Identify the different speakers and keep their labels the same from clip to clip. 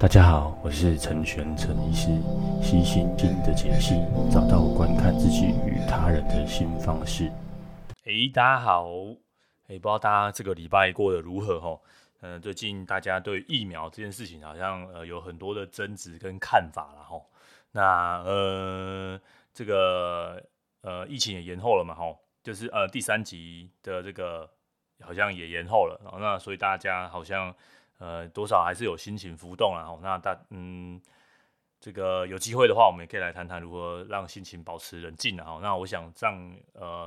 Speaker 1: 大家好，我是陈玄陈医师，悉心经的解析，找到观看自己与他人的新方式。大家好，不知道大家这个礼拜过得如何齁？最近大家对疫苗这件事情好像有很多的争执跟看法啦齁。那这个疫情也延后了嘛齁，就是第3集的这个好像也延后了，那所以大家好像多少还是有心情浮动啦齁。那这个有机会的话，我们也可以来谈谈如何让心情保持冷静齁。那我想上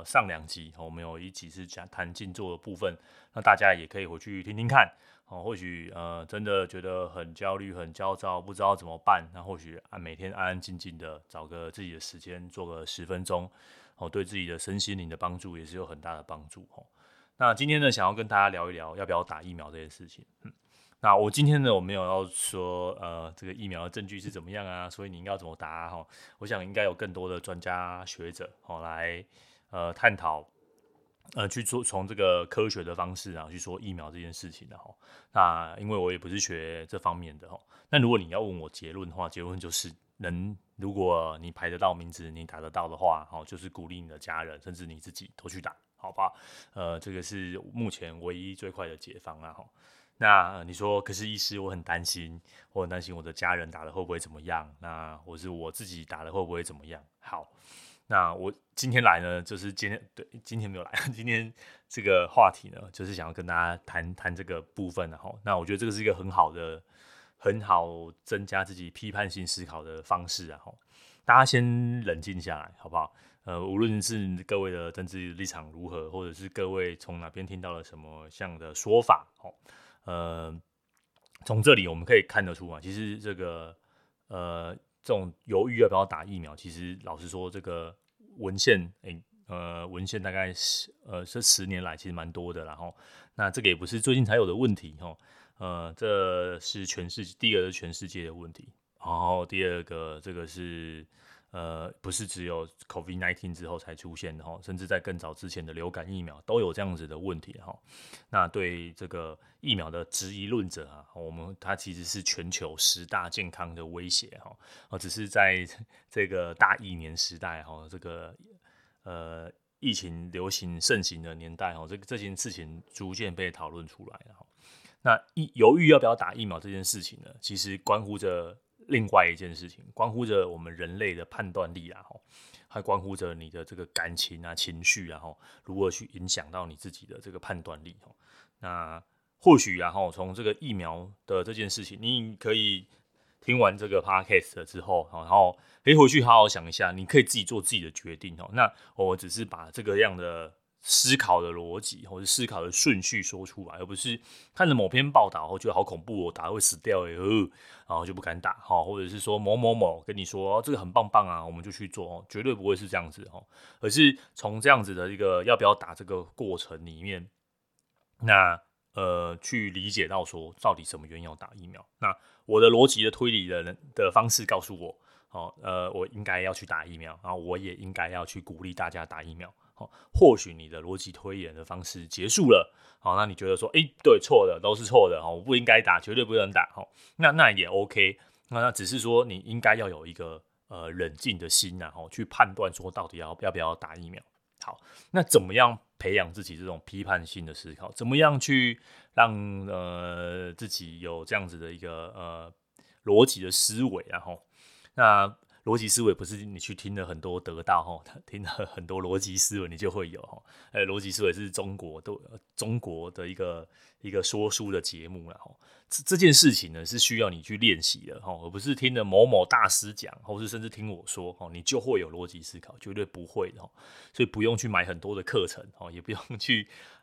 Speaker 1: 2集我们有一集是谈静坐的部分，那大家也可以回去听听看。或许真的觉得很焦虑、很焦躁，不知道怎么办，那或许每天安安静静的找个自己的时间，做个10分钟，对自己的身心灵的帮助也是有很大的帮助。那今天呢，想要跟大家聊一聊要不要打疫苗这件事情。那我今天呢，我没有要说这个疫苗的证据是怎么样啊，所以你应该要怎么打啊。我想应该有更多的专家学者来探讨。去从这个科学的方式去说疫苗这件事情的齁。那因为我也不是学这方面的齁。那如果你要问我结论的话，结论就是如果你排得到名字，你打得到的话，就是鼓励你的家人甚至你自己都去打，好吧？这个是目前唯一最快的解方啊齁。那你说，可是医师，我很担心我的家人打的会不会怎么样？那或是我自己打的会不会怎么样？好。那我今天来呢，就是今天没有来，今天这个话题呢，就是想要跟大家谈这个部分的齁。那我觉得这个是一个很好增加自己批判性思考的方式啊齁。大家先冷静下来，好不好？无论是各位的政治立场如何，或者是各位从哪边听到了什么样的说法齁，从这里我们可以看得出其实这个这种犹豫要不要打疫苗，其实老实说，这个文献大概这10年来其实蛮多的啦齁。那这个也不是最近才有的问题齁。这是第一个是全世界的问题，然后第二个这个是不是只有 COVID-19 之后才出现的齁，甚至在更早之前的流感疫苗都有这样子的问题齁。那对这个疫苗的质疑论者它其实是全球10大健康的威胁只是在这个大疫年时代这个疫情流行盛行的年代这件事情逐渐被讨论出来了。那犹豫要不要打疫苗这件事情呢，其实关乎着另外一件事情，关乎着我们人类的判断力还关乎着你的这个感情情绪如何去影响到你自己的这个判断力那或许从这个疫苗的这件事情，你可以听完这个 podcast 之后，然后可以回去好好想一下，你可以自己做自己的决定那我只是把这个样的思考的逻辑或者思考的顺序说出来，而不是看着某篇报道觉得好恐怖打会死掉然后就不敢打或者是说某某某跟你说这个很棒棒我们就去做绝对不会是这样子而是从这样子的一个要不要打这个过程里面，那去理解到说到底什么原因要打疫苗。那我的逻辑的推理的方式告诉我我应该要去打疫苗，然后我也应该要去鼓励大家打疫苗。或许你的逻辑推演的方式结束了那你觉得说对，错的都是错的我不应该打，绝对不能打那也 OK。那只是说你应该要有一个冷静的心去判断说到底要不要打疫苗。好，那怎么样培养自己这种批判性的思考？怎么样去让自己有这样子的一个逻辑的思维那逻辑思维不是你去听了很多得到听了很多逻辑思维你就会有逻辑思维是中国的一个说书的节目啦这件事情呢是需要你去练习的而不是听了某某大师讲，或是甚至听我说你就会有逻辑思考，绝对不会的所以不用去买很多的课程也不用去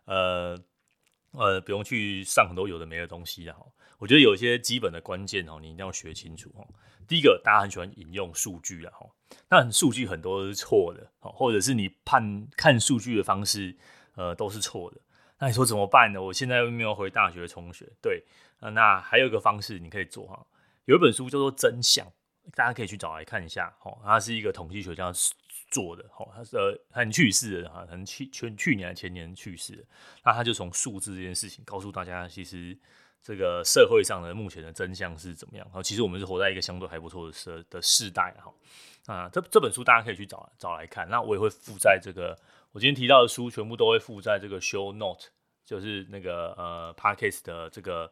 Speaker 1: 不用去上很多有的没的东西我觉得有一些基本的关键你一定要学清楚第一个，大家很喜欢引用数据那数据很多都是错的或者是你看数据的方式都是错的。那你说怎么办呢？我现在又没有回大学重学。对，那还有一个方式你可以做有一本书叫做《真相》，大家可以去找来看一下它是一个统计学家做的他是很去世的可能去年还前年去世的。那他就从数字这件事情告诉大家，其实这个社会上的目前的真相是怎么样。其实我们是活在一个相对还不错的世代这本书大家可以去找来看。那我也会附在这个我今天提到的书全部都会附在这个 show note， 就是那个podcast 的这个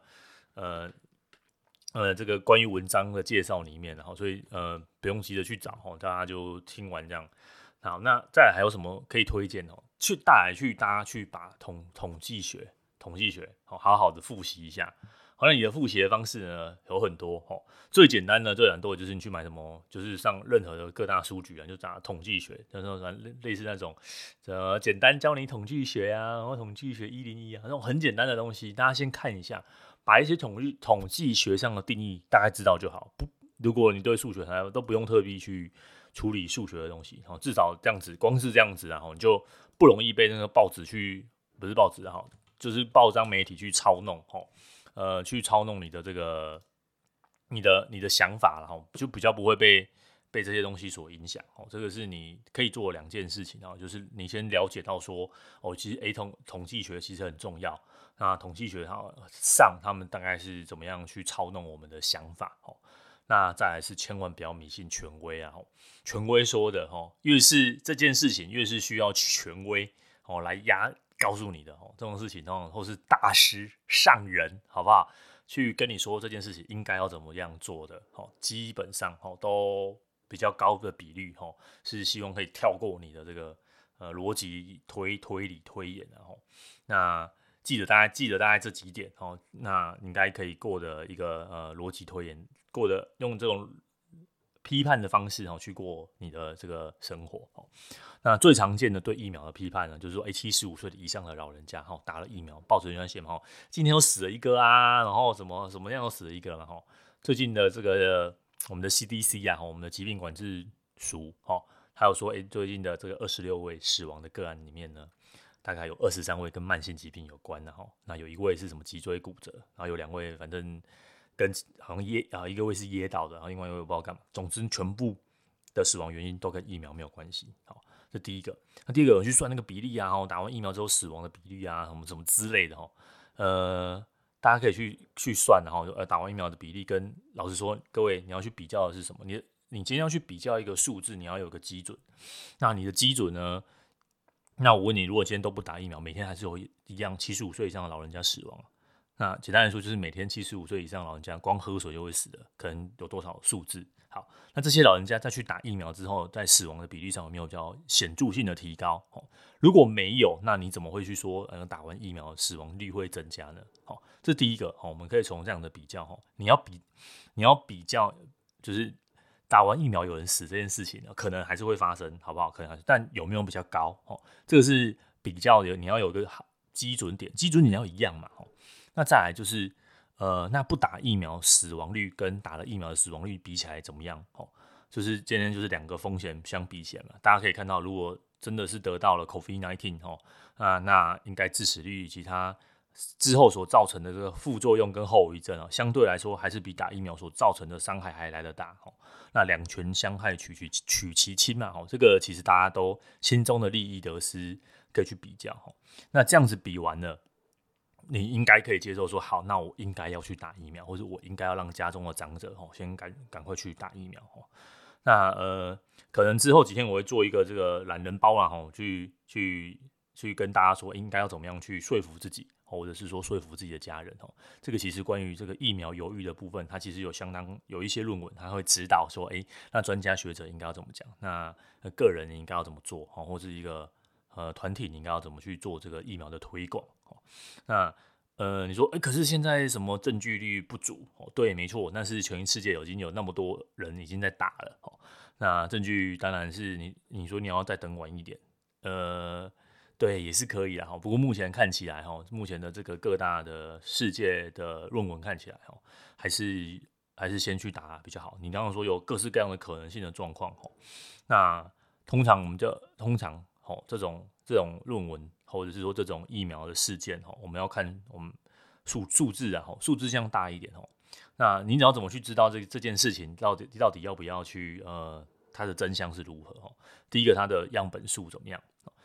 Speaker 1: 这个关于文章的介绍里面，所以不用急着去找大家就听完这样。好，那再来还有什么可以推荐大家去把统计学好好的复习一下。好，那你的复习的方式呢有很多最简单的最懒惰的就是你去买什么，就是上任何的各大书局就打统计学，就是类似那种简单教你统计学啊，然后统计学101啊，那种很简单的东西，大家先看一下，把一些统计学上的定义大概知道就好。如果你对数学都不用特别去处理数学的东西，至少这样子，光是这样子你就不容易被那个报纸不是报纸就是报章媒体去操弄去操弄你的这个你的想法就比较不会被这些东西所影响这个是你可以做的2件事情就是你先了解到说其实统计学其实很重要。那统计学上他们大概是怎么样去操弄我们的想法那再来是千万不要迷信权威权威说的越是这件事情越是需要权威来告诉你的这种事情或是大师上人好不好去跟你说这件事情应该要怎么样做的基本上都比较高的比率是希望可以跳过你的这个逻辑推理推演那记得大概这几点那应该可以过的一个逻辑推演，过的用这种批判的方式去过你的这个生活那最常见的对疫苗的批判呢，就是说75岁以上的老人家打了疫苗，报纸上写嘛今天又死了一个啊，然后什么样又死了一个了最近的这个我们的 CDC 我们的疾病管制署还有说最近的这个26位死亡的个案里面呢，大概有23位跟慢性疾病有关的那有1位是什么脊椎骨折，然后有2位反正跟好像一个位是噎到的，然后另外一位我不知道干嘛，总之全部的死亡原因都跟疫苗没有关系这第一个。那第二个有人去算那个比例打完疫苗之后死亡的比例什么之类的大家可以去算打完疫苗的比例跟老实说各位你要去比较的是什么，你今天要去比较一个数字，你要有个基准。那你的基准呢，那我问你，如果今天都不打疫苗，每天还是有一样75岁以上的老人家死亡，那简单来说就是每天75岁以上的老人家光喝水就会死的，可能有多少数字。好，那这些老人家再去打疫苗之后，在死亡的比例上有没有比较显著性的提高如果没有，那你怎么会去说打完疫苗死亡率会增加呢这是第一个我们可以从这样的比较你要比较就是打完疫苗有人死这件事情可能还是会发生，好不好？可能还是，但有没有比较高这个是比较的，你要有一个基准点，基准点要一样嘛那再来就是那不打疫苗死亡率跟打了疫苗的死亡率比起来怎么样就是今天就是2个风险相比起来嘛，大家可以看到，如果真的是得到了 COVID-19 那应该致死率以及它之后所造成的这个副作用跟后遗症相对来说还是比打疫苗所造成的伤害还来得大那两全相害取其轻嘛这个其实大家都心中的利益得失可以去比较那这样子比完了，你应该可以接受说，好，那我应该要去打疫苗，或者我应该要让家中的长者先赶快去打疫苗那可能之后几天我会做一个这个懒人包去跟大家说应该要怎么样去说服自己，或者是说说服自己的家人这个其实关于这个疫苗犹豫的部分，它其实有一些论文，它会指导说，那专家学者应该要怎么讲，那个人应该要怎么做或是一个团体你应该要怎么去做这个疫苗的推广那你说可是现在什么证据率不足对，没错，那是全世界已经有那么多人已经在打了那证据当然是你说你要再等晚一点对，也是可以啦不过目前看起来目前的这个各大的世界的论文看起来还是先去打比较好。你刚刚说有各式各样的可能性的状况那通常这种论文或者是说这种疫苗的事件我们要看我们数字数字项大一点那你要怎么去知道这件事情到底要不要去它的真相是如何第一个它的样本数怎么样，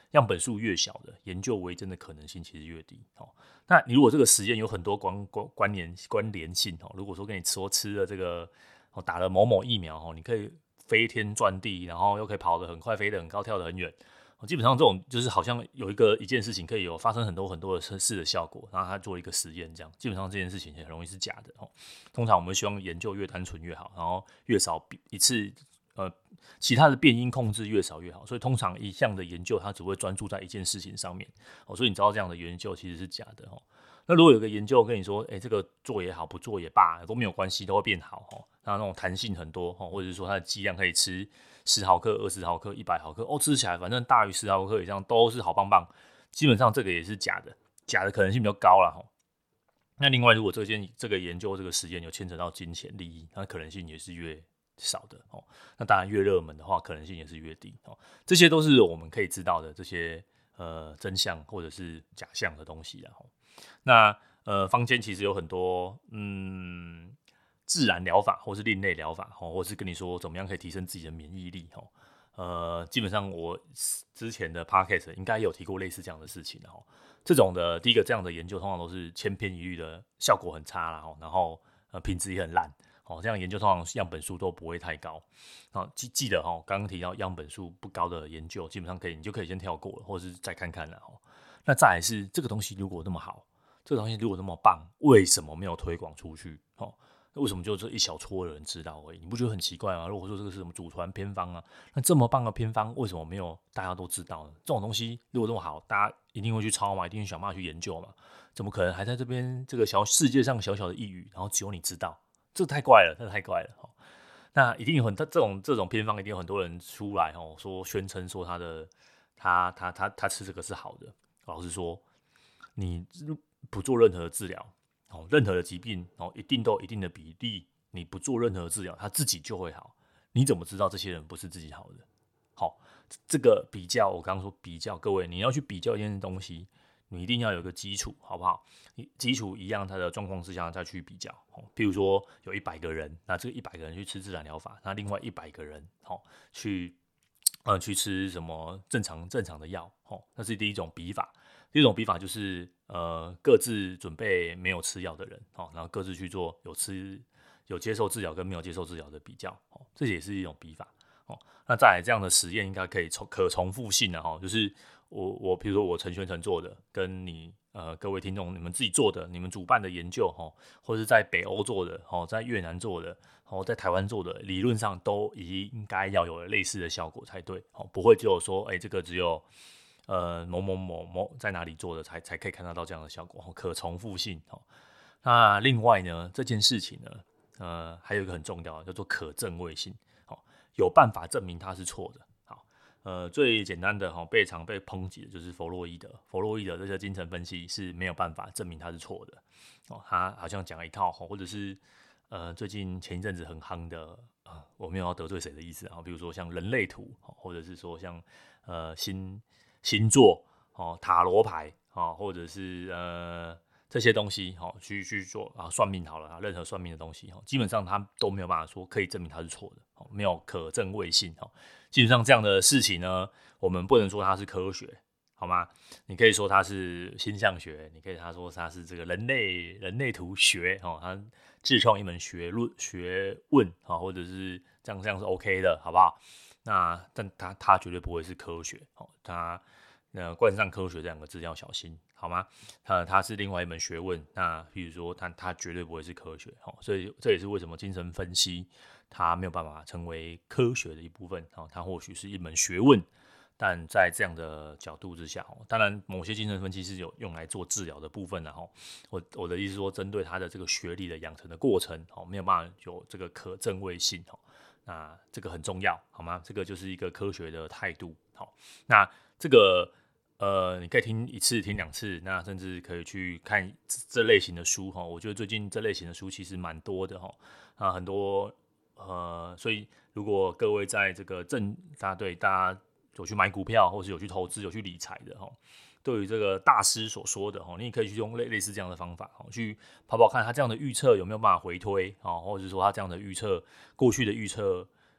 Speaker 1: 样本数越小的，研究为真的可能性其实越低。那你如果这个实验有很多关联性，如果说跟你说吃了这个打了某某疫苗，你可以飞天转地，然后又可以跑得很快，飞得很高，跳得很远。基本上这种就是好像有一件事情可以有发生很多的事的效果，然后他做一个实验，这样基本上这件事情很容易是假的。通常我们希望研究越单纯越好，然后越少一次其他的变因控制越少越好，所以通常一项的研究它只会专注在一件事情上面。所以你知道这样的研究其实是假的。那如果有个研究跟你说，这个做也好，不做也罢，都没有关系，都会变好。那种弹性很多，或者是说它的剂量可以吃10毫克、20毫克、100毫克，吃起来反正大于10毫克以上都是好棒棒。基本上这个也是假的，假的可能性比较高啦。那另外，如果这个研究这个实验有牵扯到金钱利益，那可能性也是越少的。那当然越热门的话，可能性也是越低。这些都是我们可以知道的这些真相或者是假象的东西啦。那坊间其实有很多自然疗法或是另类疗法，或是跟你说怎么样可以提升自己的免疫力。基本上我之前的 podcast 应该也有提过类似这样的事情。这种的第一个这样的研究通常都是千篇一律的，效果很差啦，然后品质也很烂。这样研究通常样本数都不会太高。记得刚刚提到样本数不高的研究，基本上你就可以先跳过了，或者是再看看了。那再来是这个东西如果那么好，这个东西如果那么棒，为什么没有推广出去？为什么就这一小撮的人知道而已？你不觉得很奇怪吗？如果说这个是什么祖传偏方啊，那这么棒的偏方为什么没有大家都知道呢？这种东西如果那么好，大家一定会去抄嘛，一定会想办法去研究嘛，怎么可能还在这边这个世界上小小的一隅，然后只有你知道？这太怪了，太怪了。那一定有这种偏方，一定有很多人出来说宣称说他吃这个是好的。老实说，你不做任何的治疗，任何的疾病一定都有一定的比例，你不做任何的治疗，它自己就会好。你怎么知道这些人不是自己好的？这个比较，我刚刚说比较，各位你要去比较一件东西，你一定要有个基础，好不好？基础一样，它的状况之下再去比较。譬如说有100个人，那这个100个人去吃自然疗法，那另外100个人去吃什么正常的药，那是第一种比法。第二种比法就是各自准备没有吃药的人，然后各自去做有接受治疗跟没有接受治疗的比较，这也是一种比法。那再来这样的实验应该可以可重复性的，就是我比如说我陈玄成做的，跟你各位听众你们自己做的，你们主办的研究，或者是在北欧做的，在越南做的，在台湾做的，理论上都应该要有类似的效果才对。不会只有说这个只有某某某某在哪里做的才可以看得到这样的效果，可重复性。那另外呢，这件事情呢还有一个很重要的叫做可证伪性，有办法证明它是错的。最简单的常被抨击的就是弗洛伊德这些精神分析是没有办法证明它是错的。他好像讲了一套，或者是最近前一阵子很夯的，我没有要得罪谁的意思啊，比如说像人类图，或者是说像星座、塔罗牌，或者是这些东西，去做算命好了，任何算命的东西，基本上他都没有办法说可以证明它是错的，没有可证伪性。基本上这样的事情呢，我们不能说它是科学，好吗？你可以说它是星象学，你可以说它是这个人类图学，它自创一门学问，或者是这样是 OK 的，好不好？但它绝对不会是科学，它冠上科学这两个字要小心，好吗？它是另外一门学问。那比如说它绝对不会是科学，所以这也是为什么精神分析它没有办法成为科学的一部分。它或许是一门学问，但在这样的角度之下，当然某些精神分析是有用来做治疗的部分的。我的意思是说，针对它的这个学理的养成的过程，没有办法有这个可证伪性。那这个很重要，好吗？这个就是一个科学的态度。那这个你可以听1次、听2次，那甚至可以去看这类型的书。我觉得最近这类型的书其实蛮多的。很多所以如果各位在这个大家有去买股票，或是有去投资、有去理财的，对于这个大师所说的，你也可以去用类似这样的方法去跑看他这样的预测有没有办法回推，或者是说他这样的预测过去的预测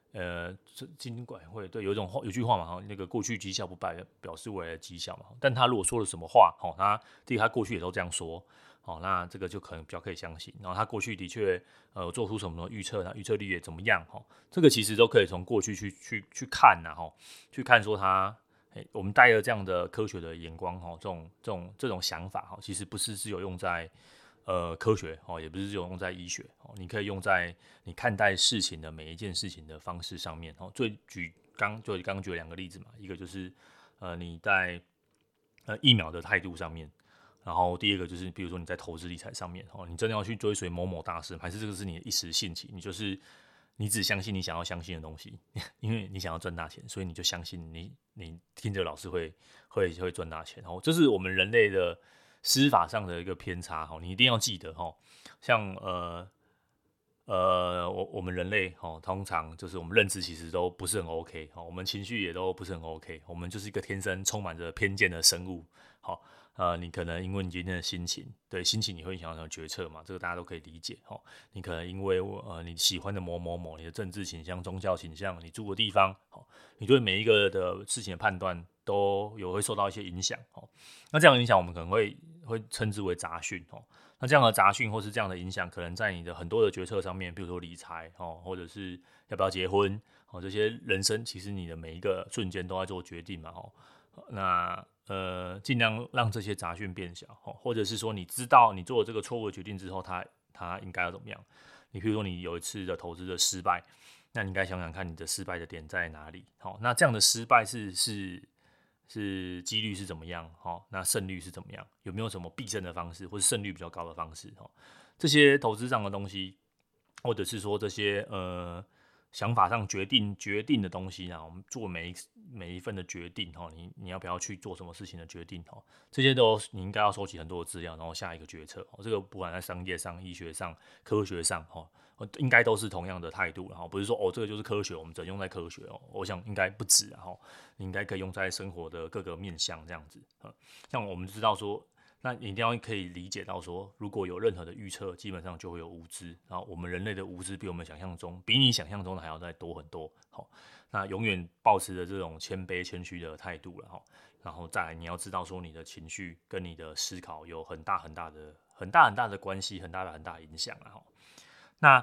Speaker 1: 金管会对有句话嘛，那个过去绩效不表示未来的绩效嘛。但他如果说了什么话，他过去也都这样说，那这个就可能比较可以相信。然后他过去的确做出什么预测，预测率也怎么样，这个其实都可以从过去去看去看说他。我们带着这样的科学的眼光，这种想法，其实不是只有用在科学，也不是只有用在医学，你可以用在你看待事情的每一件事情的方式上面。刚举了2个例子嘛，一个就是你在疫苗的态度上面，然后第二个就是比如说你在投资理财上面，你真的要去追随某某大师，还是这个是你的一时兴起？你只相信你想要相信的东西，因为你想要赚大钱，所以你就相信你听着老师会赚大钱。这是我们人类的思法上的一个偏差，你一定要记得。像我们人类通常就是我们认知其实都不是很 OK，我们情绪也都不是很 OK，我们就是一个天生充满着偏见的生物。你可能因为你今天的心情你会影响到决策嘛，这个大家都可以理解。你可能因为你喜欢的某某某，你的政治倾向、宗教倾向，你住的地方，你对每一个的事情的判断都会受到一些影响。那这样的影响我们可能会称之为杂讯。那这样的杂讯或是这样的影响，可能在你的很多的决策上面，比如说理财或者是要不要结婚这些人生，其实你的每一个瞬间都在做决定嘛。那尽量让这些杂讯变小，或者是说你知道你做了这个错误的决定之后，它应该要怎么样？你譬如说你有一次的投资的失败，那你应该想想看你的失败的点在哪里？那这样的失败是几率是怎么样？那胜率是怎么样？有没有什么必胜的方式，或是胜率比较高的方式？这些投资上的东西，或者是说这些想法上决定的东西我们做每一份的决定你要不要去做什么事情的决定这些都你应该要收集很多的资料，然后下一个决策这个不管在商业上、医学上、科学上应该都是同样的态度，不是说这个就是科学，我们只用在科学我想应该不止你应该可以用在生活的各个面向这样子像我们知道说。那你一定要可以理解到说，如果有任何的预测，基本上就会有无知。然后我们人类的无知比你想象中的还要再多很多。那永远保持着这种谦卑谦虚的态度了然后再来你要知道说，你的情绪跟你的思考有很大的关系，很大的影响了那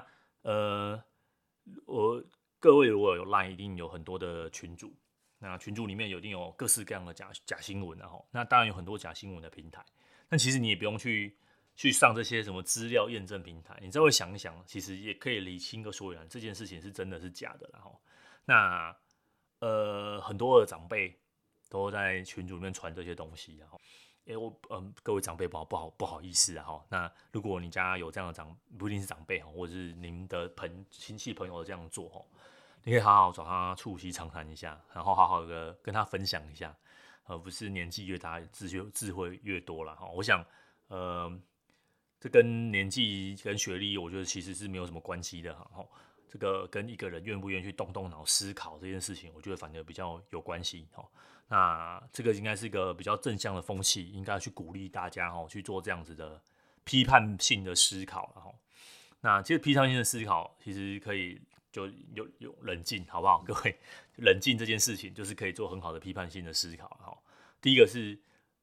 Speaker 1: 各位如果有 LINE， 一定有很多的群组。那群组里面一定有各式各样的假新闻那当然有很多假新闻的平台。但其实你也不用去上这些什么资料验证平台，你稍微想一想，其实也可以理清个所以然，这件事情是真的是假的啦那很多的长辈都在群组里面传这些东西各位长辈不好意思那如果你家有这样的不一定是长辈或者是您的亲戚朋友这样做你可以好好找他促膝长谈一下，然后好好的跟他分享一下。不是年纪越大智慧越多啦我想这跟年纪跟学历我觉得其实是没有什么关系的这个跟一个人愿不愿意去动脑思考这件事情，我觉得反而比较有关系那这个应该是一个比较正向的风气，应该去鼓励大家去做这样子的批判性的思考那其实批判性的思考其实可以就有冷静，好不好？各位，冷静这件事情就是可以做很好的批判性的思考第一个是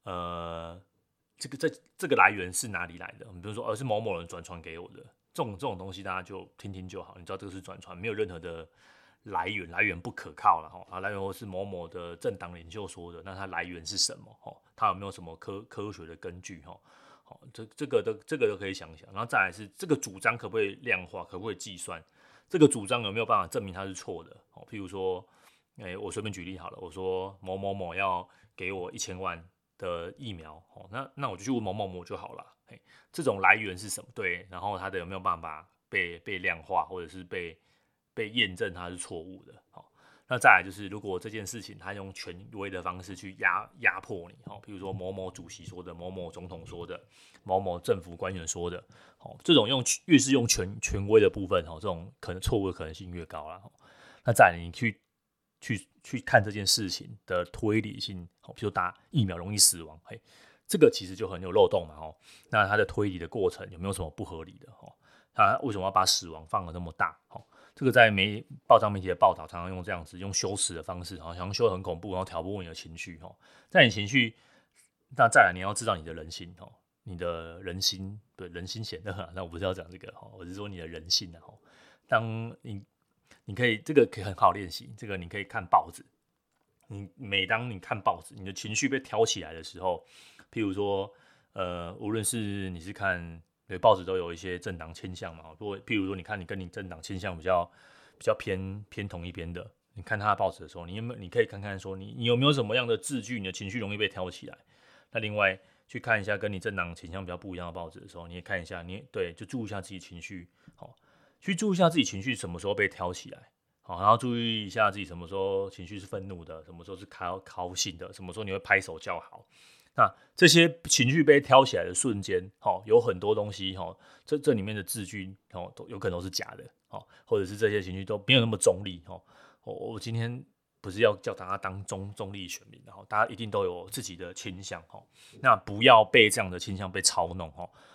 Speaker 1: 这个来源是哪里来的？比如说是某某人转传给我的，这种东西大家就听听就好。你知道这个是转传，没有任何的来源不可靠了来源或是某某的政党领袖说的，那它来源是什么它有没有什么科学的根据这个都可以想一想。然后再来是这个主张可不可以量化，可不可以计算？这个主张有没有办法证明它是错的譬如说我随便举例好了，我说某某某要给我1000万的疫苗那我就去问某某某就好了这种来源是什么？对，然后它的有没有办法被量化，或者是被验证它是错误的那再来就是，如果这件事情他用权威的方式去压迫你比如说某某主席说的，某某总统说的，某某政府官员说的这种越是用权威的部分这种可能错误的可能性越高啦那再来你去看这件事情的推理性比如打疫苗容易死亡这个其实就很有漏洞嘛那它的推理的过程有没有什么不合理的他为什么要把死亡放得那么大这个在报章媒体的报道常常用这样子用修辞的方式，好像修得很恐怖，然后挑拨你的情绪在你情绪，那再来你要知道你的人心你的人心对人心险恶那我不是要讲这个我是说你的人性当你可以这个可以很好练习，这个你可以看报纸，每当你看报纸，你的情绪被挑起来的时候，譬如说无论是你是看报纸都有一些政党倾向嘛，譬如说你看你跟你政党倾向比较偏同一边的，你看他的报纸的时候，你可以看看说你有没有什么样的字句，你的情绪容易被挑起来。那另外去看一下跟你政党倾向比较不一样的报纸的时候，你也看一下，就注意一下自己情绪，去注意一下自己情绪什么时候被挑起来，然后注意一下自己什么时候情绪是愤怒的，什么时候是高兴的，什么时候你会拍手叫好。那这些情绪被挑起来的瞬间，有很多东西，这里面的字句，都有可能都是假的，或者是这些情绪都没有那么中立。我今天不是要叫大家当中立选民，大家一定都有自己的倾向，那不要被这样的倾向被操弄，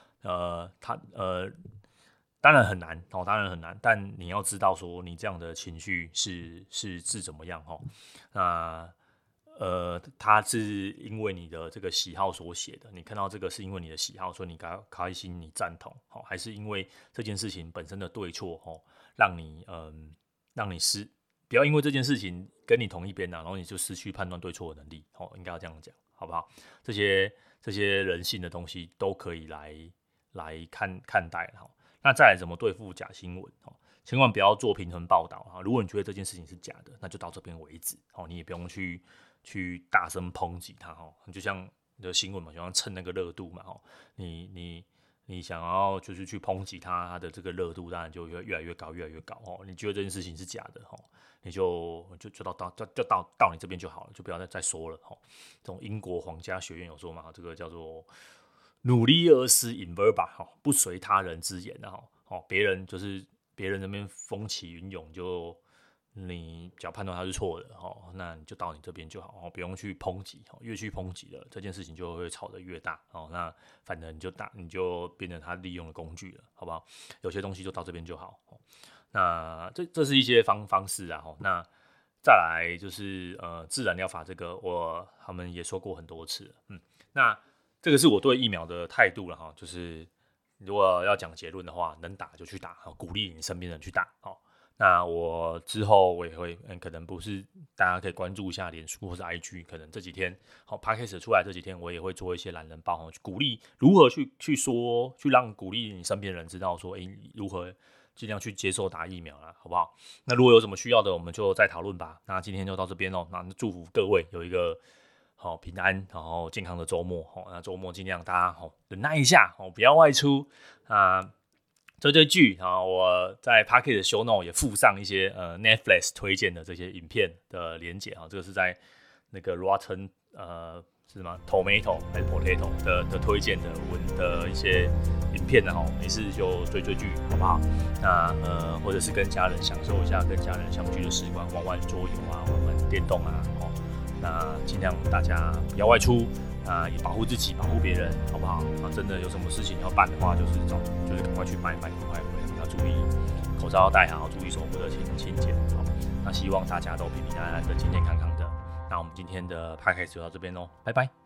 Speaker 1: 当然很难，但你要知道说你这样的情绪是怎么样，那它是因为你的这个喜好所写的，你看到这个是因为你的喜好，所以你开心，你赞同，还是因为这件事情本身的对错，让你不要因为这件事情跟你同一边然后你就失去判断对错的能力，应该要这样讲，好不好？这些人性的东西都可以来看待。那再来怎么对付假新闻，千万不要做平衡报道，如果你觉得这件事情是假的，那就到这边为止，你也不用去大声抨击它，就像你的新闻嘛，就像蹭那个热度嘛，你想要就是去抨击它的这个热度，当然就越来越高，你觉得这件事情是假的，你就到你这边就好了，就不要再说了。这种英国皇家学院有说嘛，这个叫做努力而思 in verba， 不随他人之言，别人那边风起云涌，就你只要判断他是错的，那你就到你这边就好，不用去抨击，越去抨击了，这件事情就会吵得越大，那反正你就变成他利用的工具了，好不好？有些东西就到这边就好。那这是一些方式啊，那再来就是自然疗法，这个他们也说过很多次了，那这个是我对疫苗的态度了，就是如果要讲结论的话，能打就去打，鼓励你身边人去打，那我之后我也会可能不是大家可以关注一下脸书或是 IG， 可能这几天Podcast 出来这几天我也会做一些懒人包，去鼓励如何去说，去让鼓励你身边人知道说如何尽量去接受打疫苗啦，好不好？那如果有什么需要的，我们就再讨论吧。那今天就到这边那祝福各位有一个平安然后健康的周末，那周末尽量大家忍耐一下，不要外出啊。追剧我在 Podcast 的 show note 也附上一些Netflix 推荐的这些影片的连结，这个是在那个 Rotten 是什么 Tomato 还是 Potato 的推荐的一些影片没事就追剧，好不好？那或者是跟家人享受一下跟家人相聚的时光，玩桌游啊，玩电动啊，那尽量大家不要外出。也保护自己，保护别人，好不好？真的有什么事情要办的话，就是赶快去买，赶快回来。要注意口罩要戴好，注意手部的清洁。好，那希望大家都平平安安的、健健康康的。那我们今天的 podcast 就到这边喽，拜拜。